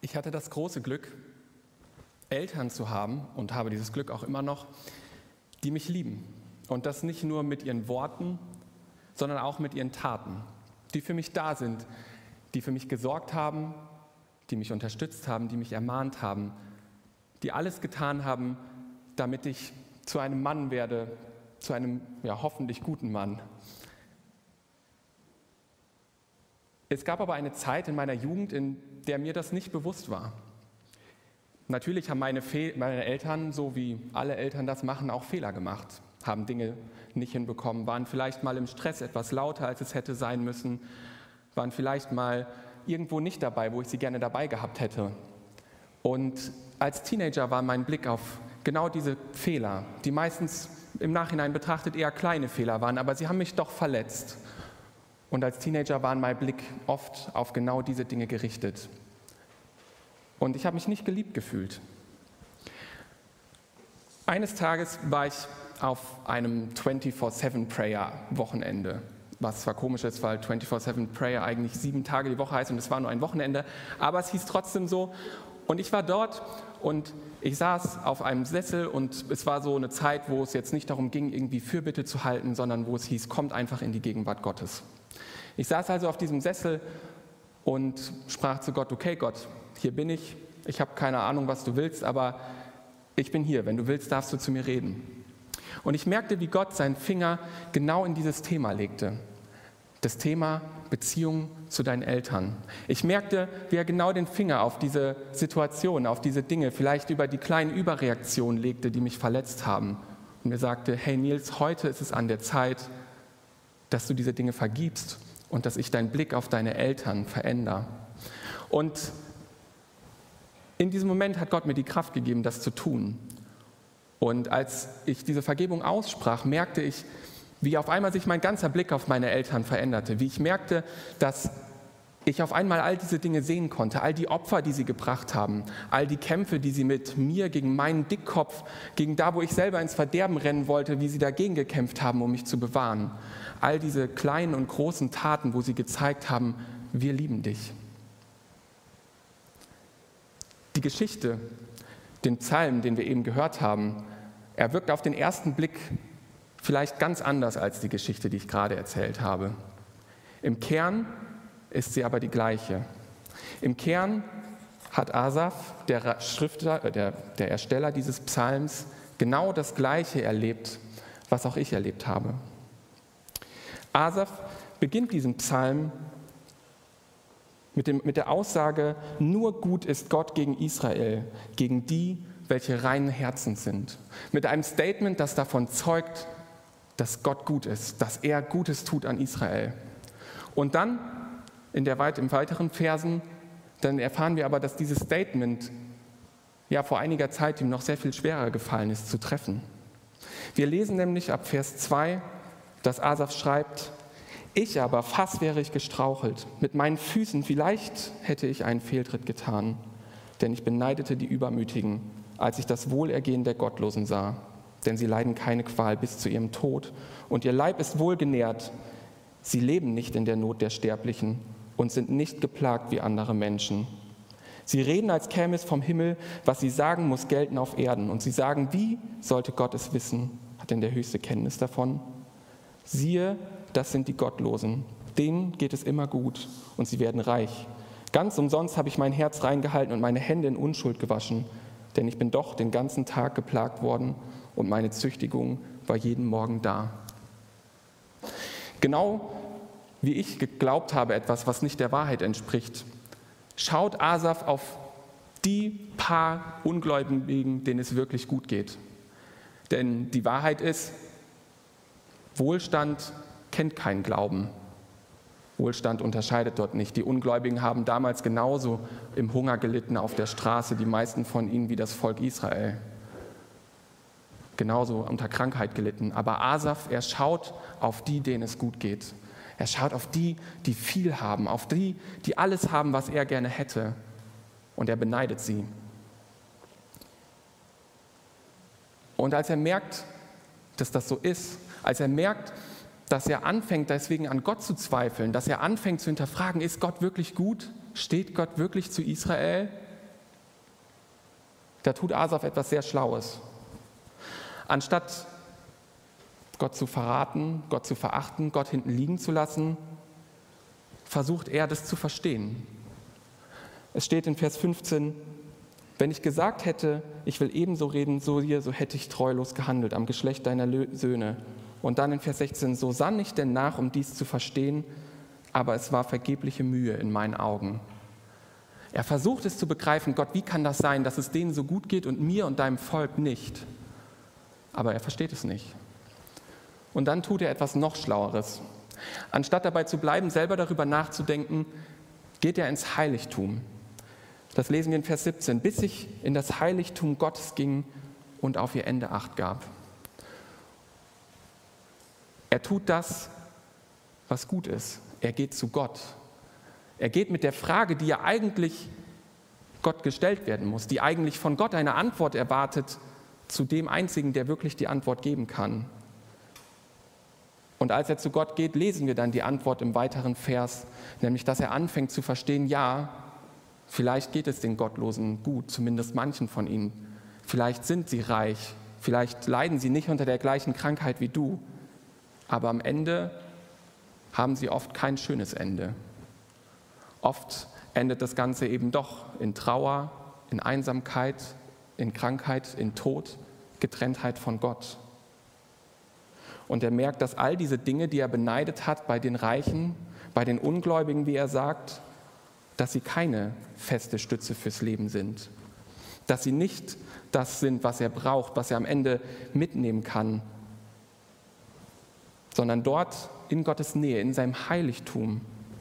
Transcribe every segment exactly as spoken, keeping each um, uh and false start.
Ich hatte das große Glück, Eltern zu haben und habe dieses Glück auch immer noch, die mich lieben. Und das nicht nur mit ihren Worten, sondern auch mit ihren Taten, die für mich da sind, die für mich gesorgt haben, die mich unterstützt haben, die mich ermahnt haben, die alles getan haben, damit ich zu einem Mann werde, zu einem ja, hoffentlich guten Mann. Es gab aber eine Zeit in meiner Jugend, in der mir das nicht bewusst war. Natürlich haben meine, Fe- meine Eltern, so wie alle Eltern das machen, auch Fehler gemacht, haben Dinge nicht hinbekommen, waren vielleicht mal im Stress etwas lauter, als es hätte sein müssen, waren vielleicht mal irgendwo nicht dabei, wo ich sie gerne dabei gehabt hätte. Und als Teenager war mein Blick auf genau diese Fehler, die meistens im Nachhinein betrachtet eher kleine Fehler waren, aber sie haben mich doch verletzt. Und als Teenager war mein Blick oft auf genau diese Dinge gerichtet. Und ich habe mich nicht geliebt gefühlt. Eines Tages war ich auf einem vierundzwanzig sieben Prayer Wochenende. Was zwar komisch ist, weil vierundzwanzig sieben Prayer eigentlich sieben Tage die Woche heißt und es war nur ein Wochenende. Aber es hieß trotzdem so. Und ich war dort und ich saß auf einem Sessel und es war so eine Zeit, wo es jetzt nicht darum ging, irgendwie Fürbitte zu halten, sondern wo es hieß, kommt einfach in die Gegenwart Gottes. Ich saß also auf diesem Sessel und sprach zu Gott, okay Gott, hier bin ich, ich habe keine Ahnung, was du willst, aber ich bin hier, wenn du willst, darfst du zu mir reden. Und ich merkte, wie Gott seinen Finger genau in dieses Thema legte, das Thema Beziehung zu deinen Eltern. Ich merkte, wie er genau den Finger auf diese Situation, auf diese Dinge, vielleicht über die kleinen Überreaktionen legte, die mich verletzt haben. Und mir sagte, hey Nils, heute ist es an der Zeit, dass du diese Dinge vergibst und dass ich deinen Blick auf deine Eltern verändere. Und in diesem Moment hat Gott mir die Kraft gegeben, das zu tun. Und als ich diese Vergebung aussprach, merkte ich, wie auf einmal sich mein ganzer Blick auf meine Eltern veränderte. Wie ich merkte, dass ich auf einmal all diese Dinge sehen konnte, all die Opfer, die sie gebracht haben, all die Kämpfe, die sie mit mir gegen meinen Dickkopf, gegen da, wo ich selber ins Verderben rennen wollte, wie sie dagegen gekämpft haben, um mich zu bewahren. All diese kleinen und großen Taten, wo sie gezeigt haben, wir lieben dich. Die Geschichte, den Psalm, den wir eben gehört haben, er wirkt auf den ersten Blick vielleicht ganz anders als die Geschichte, die ich gerade erzählt habe. Im Kern ist sie aber die gleiche. Im Kern hat Asaf, der Schriftsteller, der, der Ersteller dieses Psalms, genau das Gleiche erlebt, was auch ich erlebt habe. Asaf beginnt diesen Psalm mit, dem, mit der Aussage, nur gut ist Gott gegen Israel, gegen die, welche reinen Herzens sind. Mit einem Statement, das davon zeugt, dass Gott gut ist, dass er Gutes tut an Israel. Und dann, in der weit, im weiteren Versen, dann erfahren wir aber, dass dieses Statement ja vor einiger Zeit ihm noch sehr viel schwerer gefallen ist zu treffen. Wir lesen nämlich ab Vers zwei, dass Asaf schreibt, ich aber, fast wäre ich gestrauchelt, mit meinen Füßen vielleicht hätte ich einen Fehltritt getan, denn ich beneidete die Übermütigen, als ich das Wohlergehen der Gottlosen sah. Denn sie leiden keine Qual bis zu ihrem Tod und ihr Leib ist wohlgenährt. Sie leben nicht in der Not der Sterblichen und sind nicht geplagt wie andere Menschen. Sie reden, als käme es vom Himmel, was sie sagen, muss gelten auf Erden. Und sie sagen, wie sollte Gott es wissen? Hat denn der Höchste Kenntnis davon? Siehe, das sind die Gottlosen. Denen geht es immer gut und sie werden reich. Ganz umsonst habe ich mein Herz reingehalten und meine Hände in Unschuld gewaschen. Denn ich bin doch den ganzen Tag geplagt worden und meine Züchtigung war jeden Morgen da. Genau wie ich geglaubt habe, etwas, was nicht der Wahrheit entspricht, schaut Asaf auf die paar Ungläubigen, denen es wirklich gut geht. Denn die Wahrheit ist, Wohlstand kennt keinen Glauben. Wohlstand unterscheidet dort nicht. Die Ungläubigen haben damals genauso im Hunger gelitten auf der Straße, die meisten von ihnen wie das Volk Israel. Genauso unter Krankheit gelitten. Aber Asaf, er schaut auf die, denen es gut geht. Er schaut auf die, die viel haben, auf die, die alles haben, was er gerne hätte. Und er beneidet sie. Und als er merkt, dass das so ist, als er merkt, dass er anfängt, deswegen an Gott zu zweifeln, dass er anfängt zu hinterfragen, ist Gott wirklich gut? Steht Gott wirklich zu Israel? da tut Asaf etwas sehr Schlaues. Anstatt Gott zu verraten, Gott zu verachten, Gott hinten liegen zu lassen, versucht er, das zu verstehen. Es steht in Vers fünfzehn, wenn ich gesagt hätte, ich will ebenso reden, so hier, so hätte ich treulos gehandelt am Geschlecht deiner Söhne. Und dann in Vers sechzehn, so sann ich denn nach, um dies zu verstehen, aber es war vergebliche Mühe in meinen Augen. Er versucht es zu begreifen, Gott, wie kann das sein, dass es denen so gut geht und mir und deinem Volk nicht? Aber er versteht es nicht. Und dann tut er etwas noch Schlaueres. Anstatt dabei zu bleiben, selber darüber nachzudenken, geht er ins Heiligtum. Das lesen wir in Vers siebzehn. Bis ich in das Heiligtum Gottes ging und auf ihr Ende Acht gab. Er tut das, was gut ist. Er geht zu Gott. Er geht mit der Frage, die ja eigentlich Gott gestellt werden muss, die eigentlich von Gott eine Antwort erwartet, zu dem Einzigen, der wirklich die Antwort geben kann. Und als er zu Gott geht, lesen wir dann die Antwort im weiteren Vers, nämlich, dass er anfängt zu verstehen, ja, vielleicht geht es den Gottlosen gut, zumindest manchen von ihnen. Vielleicht sind sie reich, vielleicht leiden sie nicht unter der gleichen Krankheit wie du, aber am Ende haben sie oft kein schönes Ende. Oft endet das Ganze eben doch in Trauer, in Einsamkeit, in Krankheit, in Tod, Getrenntheit von Gott. Und er merkt, dass all diese Dinge, die er beneidet hat bei den Reichen, bei den Ungläubigen, wie er sagt, dass sie keine feste Stütze fürs Leben sind. Dass sie nicht das sind, was er braucht, was er am Ende mitnehmen kann, sondern dort in Gottes Nähe, in seinem Heiligtum,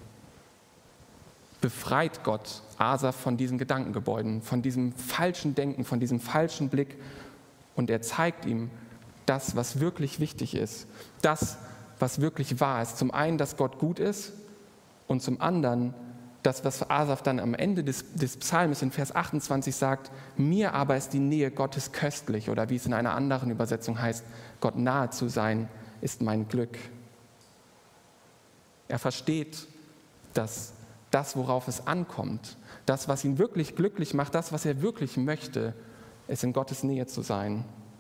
befreit Gott Asaf von diesen Gedankengebäuden, von diesem falschen Denken, von diesem falschen Blick, und er zeigt ihm das, was wirklich wichtig ist, das, was wirklich wahr ist. Zum einen, dass Gott gut ist, und zum anderen, das, was Asaf dann am Ende des, des Psalms in Vers achtundzwanzig sagt, mir aber ist die Nähe Gottes köstlich, oder wie es in einer anderen Übersetzung heißt, Gott nahe zu sein, ist mein Glück. Er versteht, dass das, worauf es ankommt, das, was ihn wirklich glücklich macht, das, was er wirklich möchte, ist in Gottes Nähe zu sein.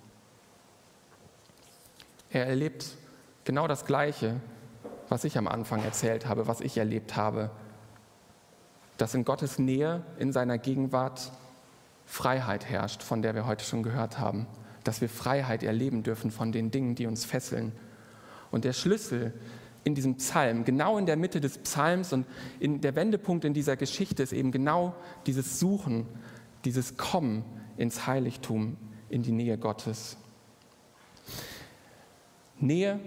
Er erlebt genau das Gleiche, was ich am Anfang erzählt habe, was ich erlebt habe, dass in Gottes Nähe, in seiner Gegenwart Freiheit herrscht, von der wir heute schon gehört haben, dass wir Freiheit erleben dürfen von den Dingen, die uns fesseln. Und der Schlüssel in diesem Psalm, genau in der Mitte des Psalms und in der Wendepunkt in dieser Geschichte ist eben genau dieses Suchen, dieses Kommen ins Heiligtum, in die Nähe Gottes. Nähe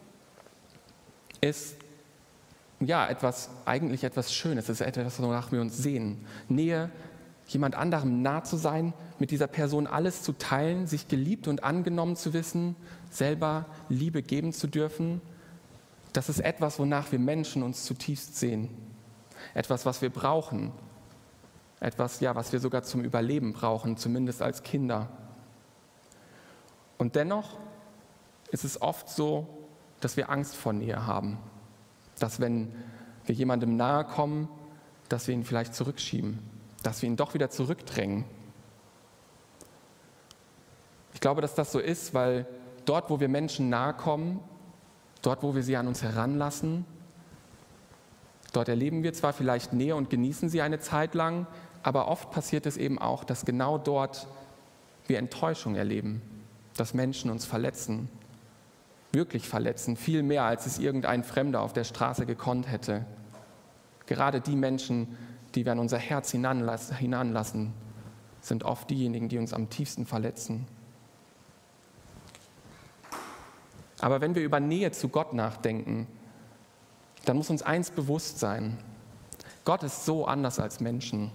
ist ja etwas, eigentlich etwas Schönes, es ist etwas, wonach wir uns sehen. Nähe, jemand anderem nah zu sein, mit dieser Person alles zu teilen, sich geliebt und angenommen zu wissen, selber Liebe geben zu dürfen. Das ist etwas, wonach wir Menschen uns zutiefst sehen. Etwas, was wir brauchen. Etwas, ja, was wir sogar zum Überleben brauchen, zumindest als Kinder. Und dennoch ist es oft so, dass wir Angst vor Nähe haben. Dass wenn wir jemandem nahe kommen, dass wir ihn vielleicht zurückschieben. Dass wir ihn doch wieder zurückdrängen. Ich glaube, dass das so ist, weil dort, wo wir Menschen nahe kommen, dort, wo wir sie an uns heranlassen, dort erleben wir zwar vielleicht Nähe und genießen sie eine Zeit lang, aber oft passiert es eben auch, dass genau dort wir Enttäuschung erleben, dass Menschen uns verletzen, wirklich verletzen, viel mehr, als es irgendein Fremder auf der Straße gekonnt hätte. Gerade die Menschen, die wir an unser Herz hinanlassen, sind oft diejenigen, die uns am tiefsten verletzen. Aber wenn wir über Nähe zu Gott nachdenken, dann muss uns eins bewusst sein: Gott ist so anders als Menschen.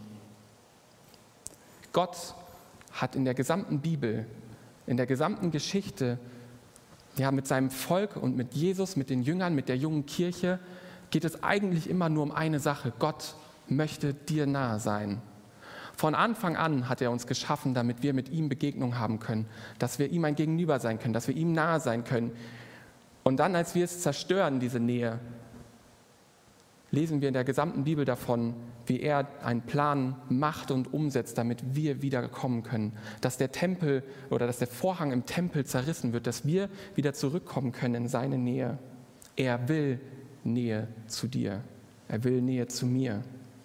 Gott hat in der gesamten Bibel, in der gesamten Geschichte, ja, mit seinem Volk und mit Jesus, mit den Jüngern, mit der jungen Kirche, geht es eigentlich immer nur um eine Sache: Gott möchte dir nahe sein. Von Anfang an hat er uns geschaffen, damit wir mit ihm Begegnung haben können, dass wir ihm ein Gegenüber sein können, dass wir ihm nahe sein können. Und dann, als wir es zerstören, diese Nähe, lesen wir in der gesamten Bibel davon, wie er einen Plan macht und umsetzt, damit wir wiederkommen können. Dass der Tempel oder dass der Vorhang im Tempel zerrissen wird, dass wir wieder zurückkommen können in seine Nähe. Er will Nähe zu dir. Er will Nähe zu mir.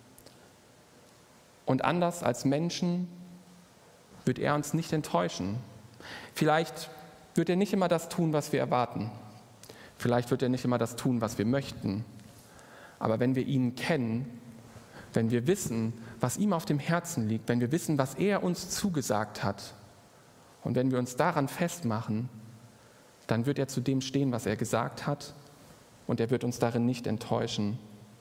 Und anders als Menschen wird er uns nicht enttäuschen. Vielleicht wird er nicht immer das tun, was wir erwarten. Vielleicht wird er nicht immer das tun, was wir möchten. Aber wenn wir ihn kennen, wenn wir wissen, was ihm auf dem Herzen liegt, wenn wir wissen, was er uns zugesagt hat und wenn wir uns daran festmachen, dann wird er zu dem stehen, was er gesagt hat und er wird uns darin nicht enttäuschen.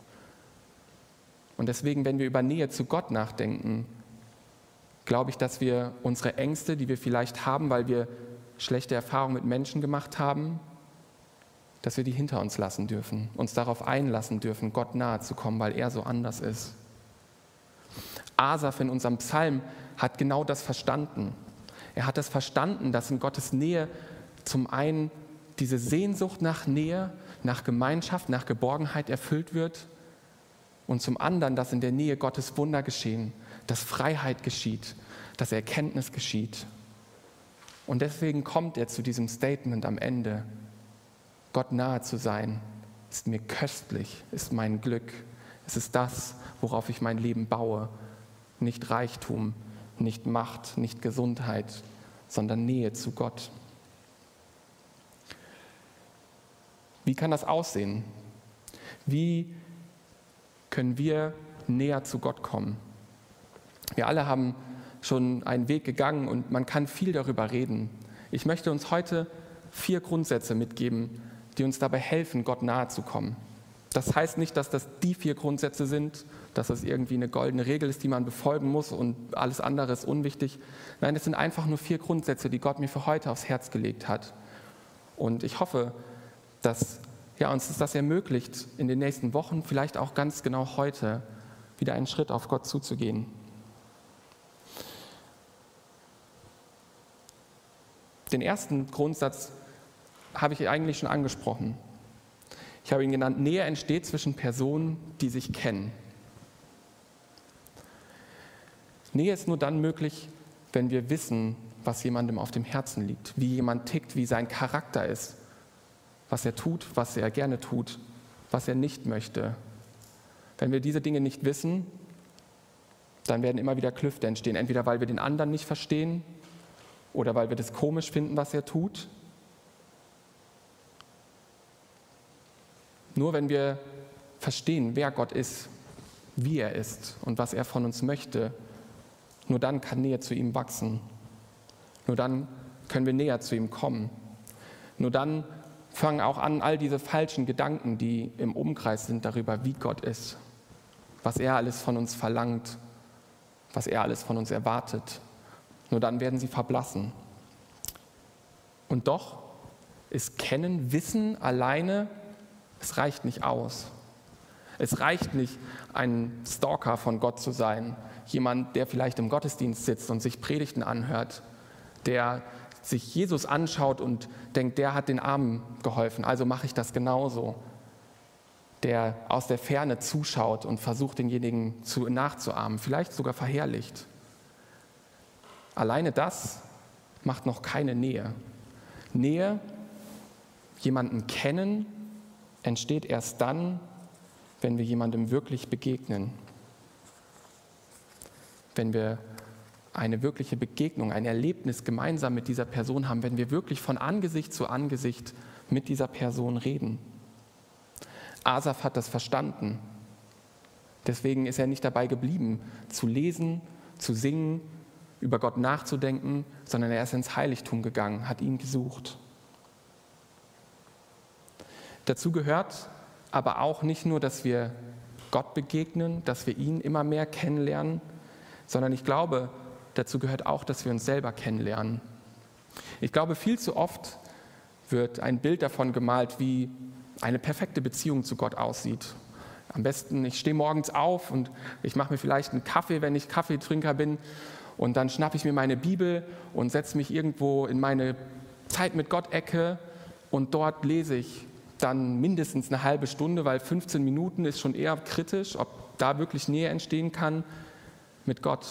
Und deswegen, wenn wir über Nähe zu Gott nachdenken, glaube ich, dass wir unsere Ängste, die wir vielleicht haben, weil wir schlechte Erfahrungen mit Menschen gemacht haben, dass wir die hinter uns lassen dürfen, uns darauf einlassen dürfen, Gott nahe zu kommen, weil er so anders ist. Asaf in unserem Psalm hat genau das verstanden. Er hat das verstanden, dass in Gottes Nähe zum einen diese Sehnsucht nach Nähe, nach Gemeinschaft, nach Geborgenheit erfüllt wird und zum anderen, dass in der Nähe Gottes Wunder geschehen, dass Freiheit geschieht, dass Erkenntnis geschieht. Und deswegen kommt er zu diesem Statement am Ende: Gott nahe zu sein, ist mir köstlich, ist mein Glück. Es ist das, worauf ich mein Leben baue. Nicht Reichtum, nicht Macht, nicht Gesundheit, sondern Nähe zu Gott. Wie kann das aussehen? Wie können wir näher zu Gott kommen? Wir alle haben schon einen Weg gegangen und man kann viel darüber reden. Ich möchte uns heute vier Grundsätze mitgeben, die uns dabei helfen, Gott nahe zu kommen. Das heißt nicht, dass das die vier Grundsätze sind, dass das irgendwie eine goldene Regel ist, die man befolgen muss und alles andere ist unwichtig. Nein, es sind einfach nur vier Grundsätze, die Gott mir für heute aufs Herz gelegt hat. Und ich hoffe, dass ja, uns das ermöglicht, in den nächsten Wochen, vielleicht auch ganz genau heute, wieder einen Schritt auf Gott zuzugehen. Den ersten Grundsatz habe ich eigentlich schon angesprochen. Ich habe ihn genannt: Nähe entsteht zwischen Personen, die sich kennen. Nähe ist nur dann möglich, wenn wir wissen, was jemandem auf dem Herzen liegt, wie jemand tickt, wie sein Charakter ist, was er tut, was er gerne tut, was er nicht möchte. Wenn wir diese Dinge nicht wissen, dann werden immer wieder Klüfte entstehen, entweder weil wir den anderen nicht verstehen oder weil wir das komisch finden, was er tut. Nur wenn wir verstehen, wer Gott ist, wie er ist und was er von uns möchte, nur dann kann Nähe zu ihm wachsen. Nur dann können wir näher zu ihm kommen. Nur dann fangen auch an, all diese falschen Gedanken, die im Umkreis sind darüber, wie Gott ist, was er alles von uns verlangt, was er alles von uns erwartet. Nur dann werden sie verblassen. Und doch ist Kennen, Wissen alleine, es reicht nicht aus. Es reicht nicht, ein Stalker von Gott zu sein, jemand, der vielleicht im Gottesdienst sitzt und sich Predigten anhört, der sich Jesus anschaut und denkt, der hat den Armen geholfen, also mache ich das genauso. Der aus der Ferne zuschaut und versucht, denjenigen zu, nachzuahmen, vielleicht sogar verherrlicht. Alleine das macht noch keine Nähe. Nähe, jemanden kennen, entsteht erst dann, wenn wir jemandem wirklich begegnen. Wenn wir eine wirkliche Begegnung, ein Erlebnis gemeinsam mit dieser Person haben, wenn wir wirklich von Angesicht zu Angesicht mit dieser Person reden. Asaf hat das verstanden. Deswegen ist er nicht dabei geblieben, zu lesen, zu singen, über Gott nachzudenken, sondern er ist ins Heiligtum gegangen, hat ihn gesucht. Dazu gehört aber auch nicht nur, dass wir Gott begegnen, dass wir ihn immer mehr kennenlernen, sondern ich glaube, dazu gehört auch, dass wir uns selber kennenlernen. Ich glaube, viel zu oft wird ein Bild davon gemalt, wie eine perfekte Beziehung zu Gott aussieht. Am besten, ich stehe morgens auf und ich mache mir vielleicht einen Kaffee, wenn ich Kaffeetrinker bin, und dann schnappe ich mir meine Bibel und setze mich irgendwo in meine Zeit mit Gott-Ecke und dort lese ich dann mindestens eine halbe Stunde, weil fünfzehn Minuten ist schon eher kritisch, ob da wirklich Nähe entstehen kann mit Gott.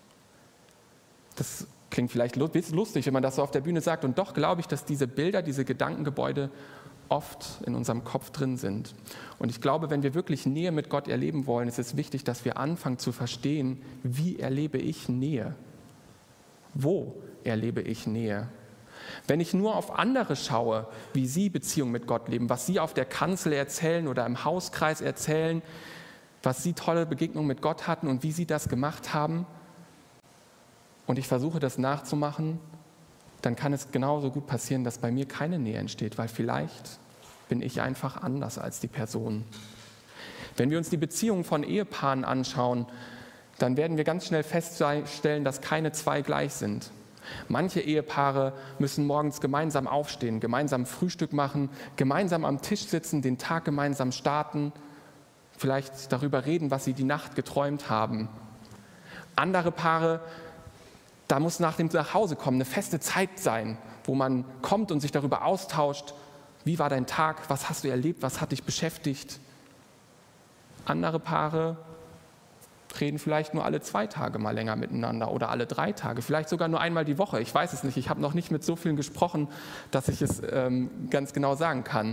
Das klingt vielleicht lustig, wenn man das so auf der Bühne sagt, und doch glaube ich, dass diese Bilder, diese Gedankengebäude oft in unserem Kopf drin sind. Und ich glaube, wenn wir wirklich Nähe mit Gott erleben wollen, ist es wichtig, dass wir anfangen zu verstehen, wie erlebe ich Nähe? Wo erlebe ich Nähe? Wenn ich nur auf andere schaue, wie sie Beziehung mit Gott leben, was sie auf der Kanzel erzählen oder im Hauskreis erzählen, was sie tolle Begegnungen mit Gott hatten und wie sie das gemacht haben, und ich versuche das nachzumachen, dann kann es genauso gut passieren, dass bei mir keine Nähe entsteht, weil vielleicht bin ich einfach anders als die Person. Wenn wir uns die Beziehungen von Ehepaaren anschauen, dann werden wir ganz schnell feststellen, dass keine zwei gleich sind. Manche Ehepaare müssen morgens gemeinsam aufstehen, gemeinsam Frühstück machen, gemeinsam am Tisch sitzen, den Tag gemeinsam starten, vielleicht darüber reden, was sie die Nacht geträumt haben. Andere Paare, da muss nach dem Nachhausekommen eine feste Zeit sein, wo man kommt und sich darüber austauscht, wie war dein Tag, was hast du erlebt, was hat dich beschäftigt. Andere Paare reden vielleicht nur alle zwei Tage mal länger miteinander oder alle drei Tage, vielleicht sogar nur einmal die Woche. Ich weiß es nicht, ich habe noch nicht mit so vielen gesprochen, dass ich es ähm, ganz genau sagen kann.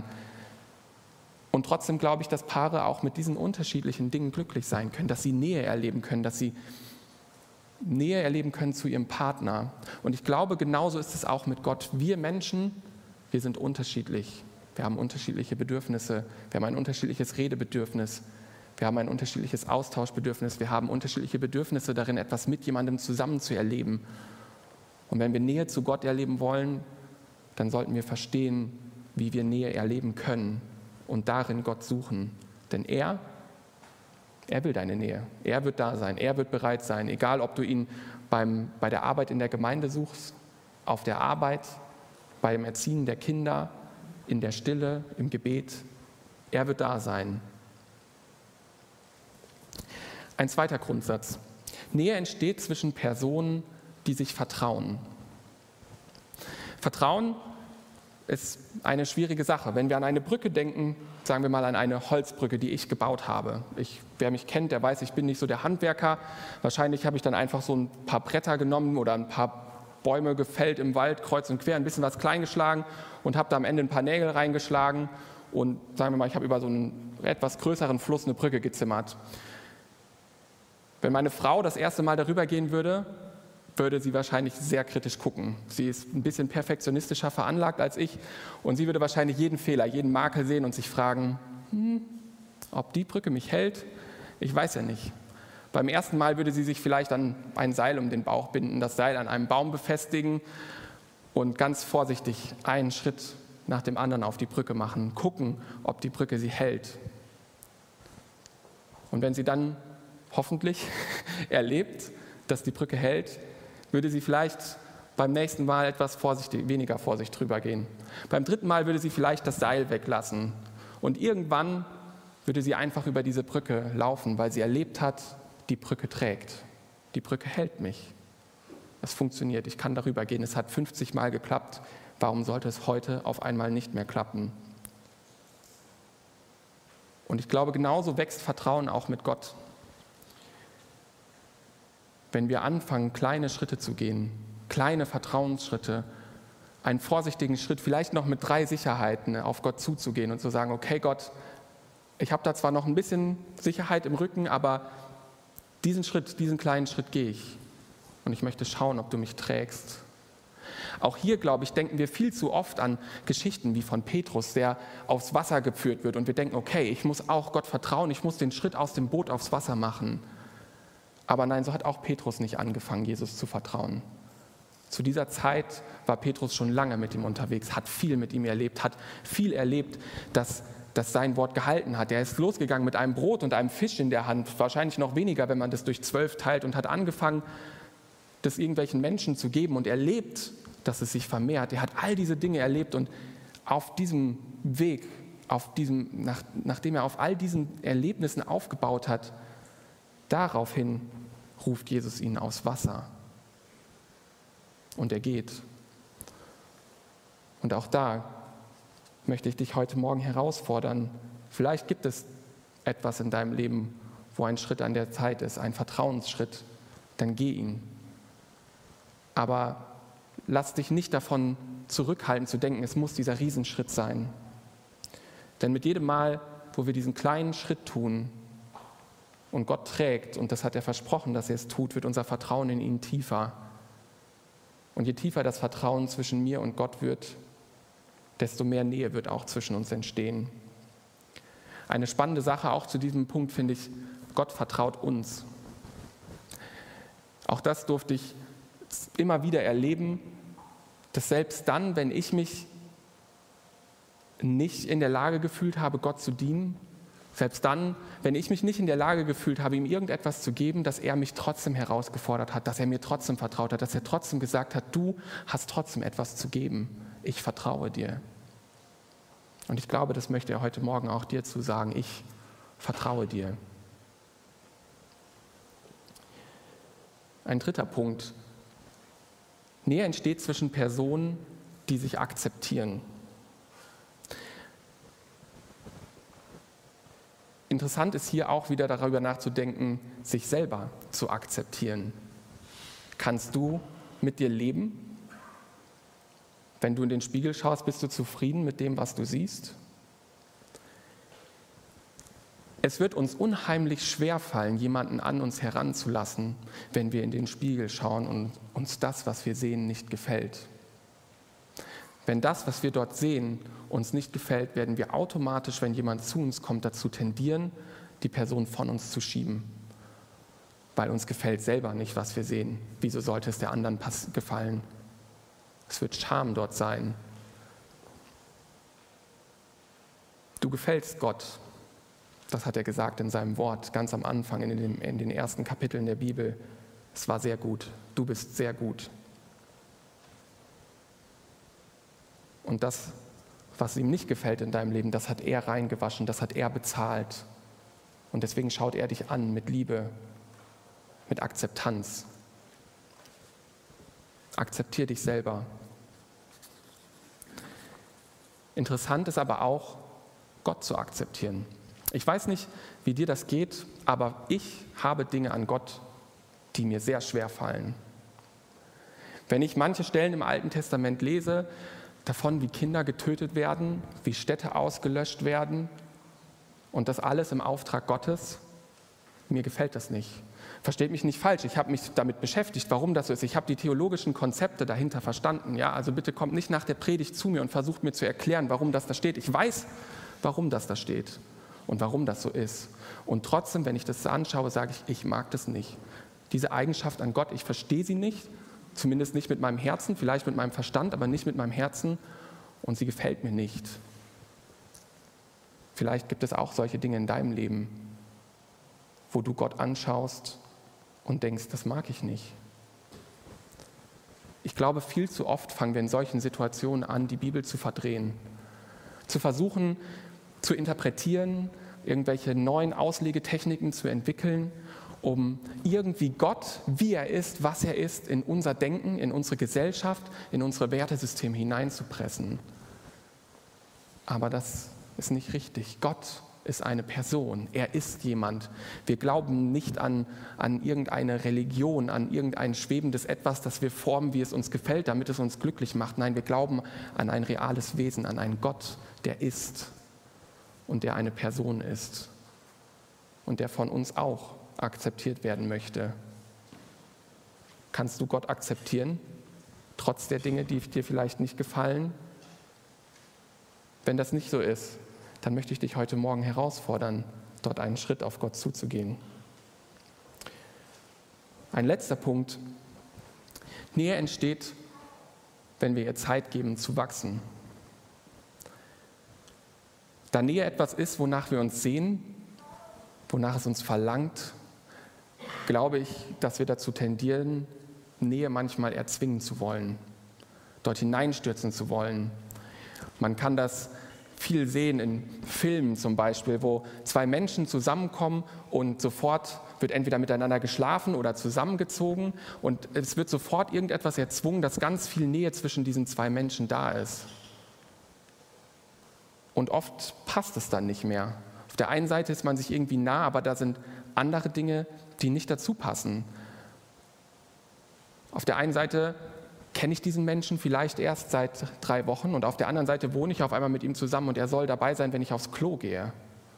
Und trotzdem glaube ich, dass Paare auch mit diesen unterschiedlichen Dingen glücklich sein können, dass sie Nähe erleben können, dass sie Nähe erleben können zu ihrem Partner. Und ich glaube, genauso ist es auch mit Gott. Wir Menschen, wir sind unterschiedlich. Wir haben unterschiedliche Bedürfnisse. Wir haben ein unterschiedliches Redebedürfnis. Wir haben ein unterschiedliches Austauschbedürfnis. Wir haben unterschiedliche Bedürfnisse darin, etwas mit jemandem zusammen zu erleben. Und wenn wir Nähe zu Gott erleben wollen, dann sollten wir verstehen, wie wir Nähe erleben können und darin Gott suchen. Denn er Er will deine Nähe. Er wird da sein. Er wird bereit sein. Egal, ob du ihn beim, bei der Arbeit in der Gemeinde suchst, auf der Arbeit, beim Erziehen der Kinder, in der Stille, im Gebet. Er wird da sein. Ein zweiter Grundsatz. Nähe entsteht zwischen Personen, die sich vertrauen. Vertrauen ist eine schwierige Sache. Wenn wir an eine Brücke denken, sagen wir mal an eine Holzbrücke, die ich gebaut habe. Ich, wer mich kennt, der weiß, ich bin nicht so der Handwerker. Wahrscheinlich habe ich dann einfach so ein paar Bretter genommen oder ein paar Bäume gefällt im Wald, kreuz und quer, ein bisschen was klein geschlagen und habe da am Ende ein paar Nägel reingeschlagen und sagen wir mal, ich habe über so einen etwas größeren Fluss eine Brücke gezimmert. Wenn meine Frau das erste Mal darüber gehen würde, würde sie wahrscheinlich sehr kritisch gucken. Sie ist ein bisschen perfektionistischer veranlagt als ich und sie würde wahrscheinlich jeden Fehler, jeden Makel sehen und sich fragen, hm, ob die Brücke mich hält, ich weiß ja nicht. Beim ersten Mal würde sie sich vielleicht an ein Seil um den Bauch binden, das Seil an einem Baum befestigen und ganz vorsichtig einen Schritt nach dem anderen auf die Brücke machen, gucken, ob die Brücke sie hält. Und wenn sie dann hoffentlich erlebt, dass die Brücke hält, würde sie vielleicht beim nächsten Mal etwas vorsichtig, weniger Vorsicht drüber gehen. Beim dritten Mal würde sie vielleicht das Seil weglassen. Und irgendwann würde sie einfach über diese Brücke laufen, weil sie erlebt hat, die Brücke trägt. Die Brücke hält mich. Es funktioniert, ich kann darüber gehen. Es hat fünfzig Mal geklappt. Warum sollte es heute auf einmal nicht mehr klappen? Und ich glaube, genauso wächst Vertrauen auch mit Gott. Wenn wir anfangen, kleine Schritte zu gehen, kleine Vertrauensschritte, einen vorsichtigen Schritt, vielleicht noch mit drei Sicherheiten auf Gott zuzugehen und zu sagen, okay Gott, ich habe da zwar noch ein bisschen Sicherheit im Rücken, aber diesen Schritt, diesen kleinen Schritt gehe ich und ich möchte schauen, ob du mich trägst. Auch hier, glaube ich, denken wir viel zu oft an Geschichten wie von Petrus, der aufs Wasser geführt wird und wir denken, okay, ich muss auch Gott vertrauen, ich muss den Schritt aus dem Boot aufs Wasser machen. Aber nein, so hat auch Petrus nicht angefangen, Jesus zu vertrauen. Zu dieser Zeit war Petrus schon lange mit ihm unterwegs, hat viel mit ihm erlebt, hat viel erlebt, dass, dass sein Wort gehalten hat. Er ist losgegangen mit einem Brot und einem Fisch in der Hand, wahrscheinlich noch weniger, wenn man das durch zwölf teilt, und hat angefangen, das irgendwelchen Menschen zu geben und erlebt, dass es sich vermehrt. Er hat all diese Dinge erlebt und auf diesem Weg, auf diesem, nach, nachdem er auf all diesen Erlebnissen aufgebaut hat, daraufhin ruft Jesus ihn aus Wasser und er geht. Und auch da möchte ich dich heute Morgen herausfordern. Vielleicht gibt es etwas in deinem Leben, wo ein Schritt an der Zeit ist, ein Vertrauensschritt, dann geh ihn. Aber lass dich nicht davon zurückhalten, zu denken, es muss dieser Riesenschritt sein. Denn mit jedem Mal, wo wir diesen kleinen Schritt tun und Gott trägt, und das hat er versprochen, dass er es tut, wird unser Vertrauen in ihn tiefer. Und je tiefer das Vertrauen zwischen mir und Gott wird, desto mehr Nähe wird auch zwischen uns entstehen. Eine spannende Sache auch zu diesem Punkt finde ich, Gott vertraut uns. Auch das durfte ich immer wieder erleben, dass selbst dann, wenn ich mich nicht in der Lage gefühlt habe, Gott zu dienen, selbst dann, wenn ich mich nicht in der Lage gefühlt habe, ihm irgendetwas zu geben, dass er mich trotzdem herausgefordert hat, dass er mir trotzdem vertraut hat, dass er trotzdem gesagt hat, du hast trotzdem etwas zu geben, ich vertraue dir. Und ich glaube, das möchte er heute Morgen auch dir zu sagen, ich vertraue dir. Ein dritter Punkt. Nähe entsteht zwischen Personen, die sich akzeptieren. Interessant ist hier auch wieder darüber nachzudenken, sich selber zu akzeptieren. Kannst du mit dir leben? Wenn du in den Spiegel schaust, bist du zufrieden mit dem, was du siehst? Es wird uns unheimlich schwerfallen, jemanden an uns heranzulassen, wenn wir in den Spiegel schauen und uns das, was wir sehen, nicht gefällt. Wenn das, was wir dort sehen, uns nicht gefällt, werden wir automatisch, wenn jemand zu uns kommt, dazu tendieren, die Person von uns zu schieben. Weil uns gefällt selber nicht, was wir sehen. Wieso sollte es der anderen gefallen? Es wird Scham dort sein. Du gefällst Gott. Das hat er gesagt in seinem Wort, ganz am Anfang, in den, in den ersten Kapiteln der Bibel. Es war sehr gut. Du bist sehr gut. Und das, was ihm nicht gefällt in deinem Leben, das hat er reingewaschen, das hat er bezahlt. Und deswegen schaut er dich an mit Liebe, mit Akzeptanz. Akzeptier dich selber. Interessant ist aber auch, Gott zu akzeptieren. Ich weiß nicht, wie dir das geht, aber ich habe Dinge an Gott, die mir sehr schwer fallen. Wenn ich manche Stellen im Alten Testament lese, davon, wie Kinder getötet werden, wie Städte ausgelöscht werden und das alles im Auftrag Gottes, mir gefällt das nicht. Versteht mich nicht falsch, ich habe mich damit beschäftigt, warum das so ist. Ich habe die theologischen Konzepte dahinter verstanden. Ja? Also bitte kommt nicht nach der Predigt zu mir und versucht mir zu erklären, warum das da steht. Ich weiß, warum das da steht und warum das so ist. Und trotzdem, wenn ich das anschaue, sage ich, ich mag das nicht. Diese Eigenschaft an Gott, ich verstehe sie nicht, zumindest nicht mit meinem Herzen, vielleicht mit meinem Verstand, aber nicht mit meinem Herzen und sie gefällt mir nicht. Vielleicht gibt es auch solche Dinge in deinem Leben, wo du Gott anschaust und denkst, das mag ich nicht. Ich glaube, viel zu oft fangen wir in solchen Situationen an, die Bibel zu verdrehen, zu versuchen, zu interpretieren, irgendwelche neuen Auslegetechniken zu entwickeln, um irgendwie Gott, wie er ist, was er ist, in unser Denken, in unsere Gesellschaft, in unsere Wertesysteme hineinzupressen. Aber das ist nicht richtig. Gott ist eine Person, er ist jemand. Wir glauben nicht an, an irgendeine Religion, an irgendein schwebendes Etwas, das wir formen, wie es uns gefällt, damit es uns glücklich macht. Nein, wir glauben an ein reales Wesen, an einen Gott, der ist und der eine Person ist und der von uns auch akzeptiert werden möchte. Kannst du Gott akzeptieren, trotz der Dinge, die dir vielleicht nicht gefallen? Wenn das nicht so ist, dann möchte ich dich heute Morgen herausfordern, dort einen Schritt auf Gott zuzugehen. Ein letzter Punkt. Nähe entsteht, wenn wir ihr Zeit geben zu wachsen. Da Nähe etwas ist, wonach wir uns sehen, wonach es uns verlangt, glaube ich, dass wir dazu tendieren, Nähe manchmal erzwingen zu wollen, dort hineinstürzen zu wollen. Man kann das viel sehen in Filmen zum Beispiel, wo zwei Menschen zusammenkommen und sofort wird entweder miteinander geschlafen oder zusammengezogen und es wird sofort irgendetwas erzwungen, dass ganz viel Nähe zwischen diesen zwei Menschen da ist. Und oft passt es dann nicht mehr. Auf der einen Seite ist man sich irgendwie nah, aber da sind andere Dinge, die nicht dazu passen. Auf der einen Seite kenne ich diesen Menschen vielleicht erst seit drei Wochen und auf der anderen Seite wohne ich auf einmal mit ihm zusammen und er soll dabei sein, wenn ich aufs Klo gehe.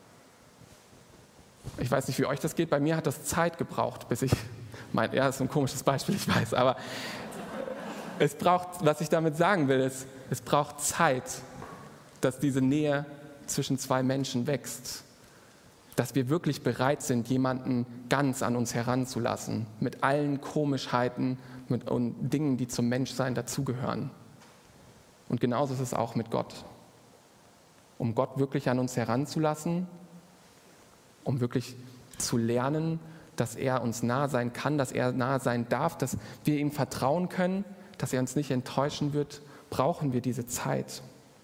Ich weiß nicht, wie euch das geht, bei mir hat das Zeit gebraucht, bis ich, mein, ja, das ist ein komisches Beispiel, ich weiß, aber es braucht, was ich damit sagen will, ist, es braucht Zeit, dass diese Nähe zwischen zwei Menschen wächst, dass wir wirklich bereit sind, jemanden ganz an uns heranzulassen, mit allen Komischheiten mit, und Dingen, die zum Menschsein dazugehören. Und genauso ist es auch mit Gott. Um Gott wirklich an uns heranzulassen, um wirklich zu lernen, dass er uns nah sein kann, dass er nah sein darf, dass wir ihm vertrauen können, dass er uns nicht enttäuschen wird, brauchen wir diese Zeit.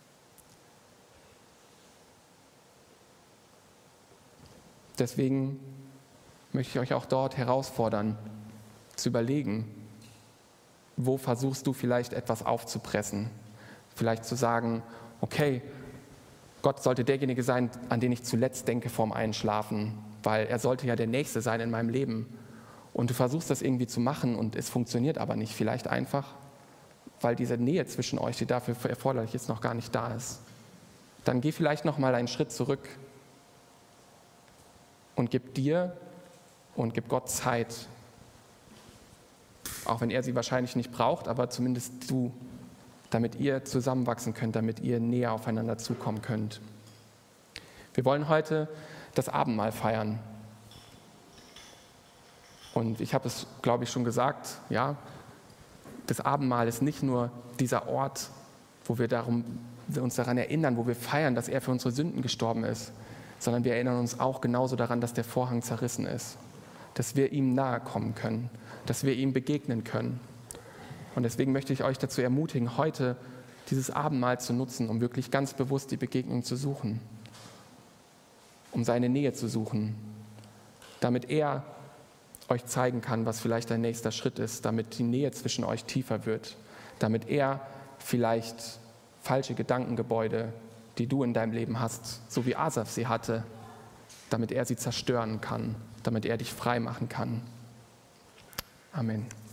Deswegen möchte ich euch auch dort herausfordern, zu überlegen, wo versuchst du vielleicht etwas aufzupressen? Vielleicht zu sagen, okay, Gott sollte derjenige sein, an den ich zuletzt denke vorm Einschlafen, weil er sollte ja der Nächste sein in meinem Leben. Und du versuchst das irgendwie zu machen und es funktioniert aber nicht. Vielleicht einfach, weil diese Nähe zwischen euch, die dafür erforderlich ist, noch gar nicht da ist. Dann geh vielleicht noch mal einen Schritt zurück und gib dir und gib Gott Zeit. Auch wenn er sie wahrscheinlich nicht braucht, aber zumindest du, damit ihr zusammenwachsen könnt, damit ihr näher aufeinander zukommen könnt. Wir wollen heute das Abendmahl feiern. Und ich habe es, glaube ich, schon gesagt, ja, das Abendmahl ist nicht nur dieser Ort, wo wir, darum, wir uns daran erinnern, wo wir feiern, dass er für unsere Sünden gestorben ist, sondern wir erinnern uns auch genauso daran, dass der Vorhang zerrissen ist, dass wir ihm nahe kommen können, dass wir ihm begegnen können. Und deswegen möchte ich euch dazu ermutigen, heute dieses Abendmahl zu nutzen, um wirklich ganz bewusst die Begegnung zu suchen, um seine Nähe zu suchen, damit er euch zeigen kann, was vielleicht ein nächster Schritt ist, damit die Nähe zwischen euch tiefer wird, damit er vielleicht falsche Gedankengebäude, die du in deinem Leben hast, so wie Asaf sie hatte, damit er sie zerstören kann, damit er dich frei machen kann. Amen.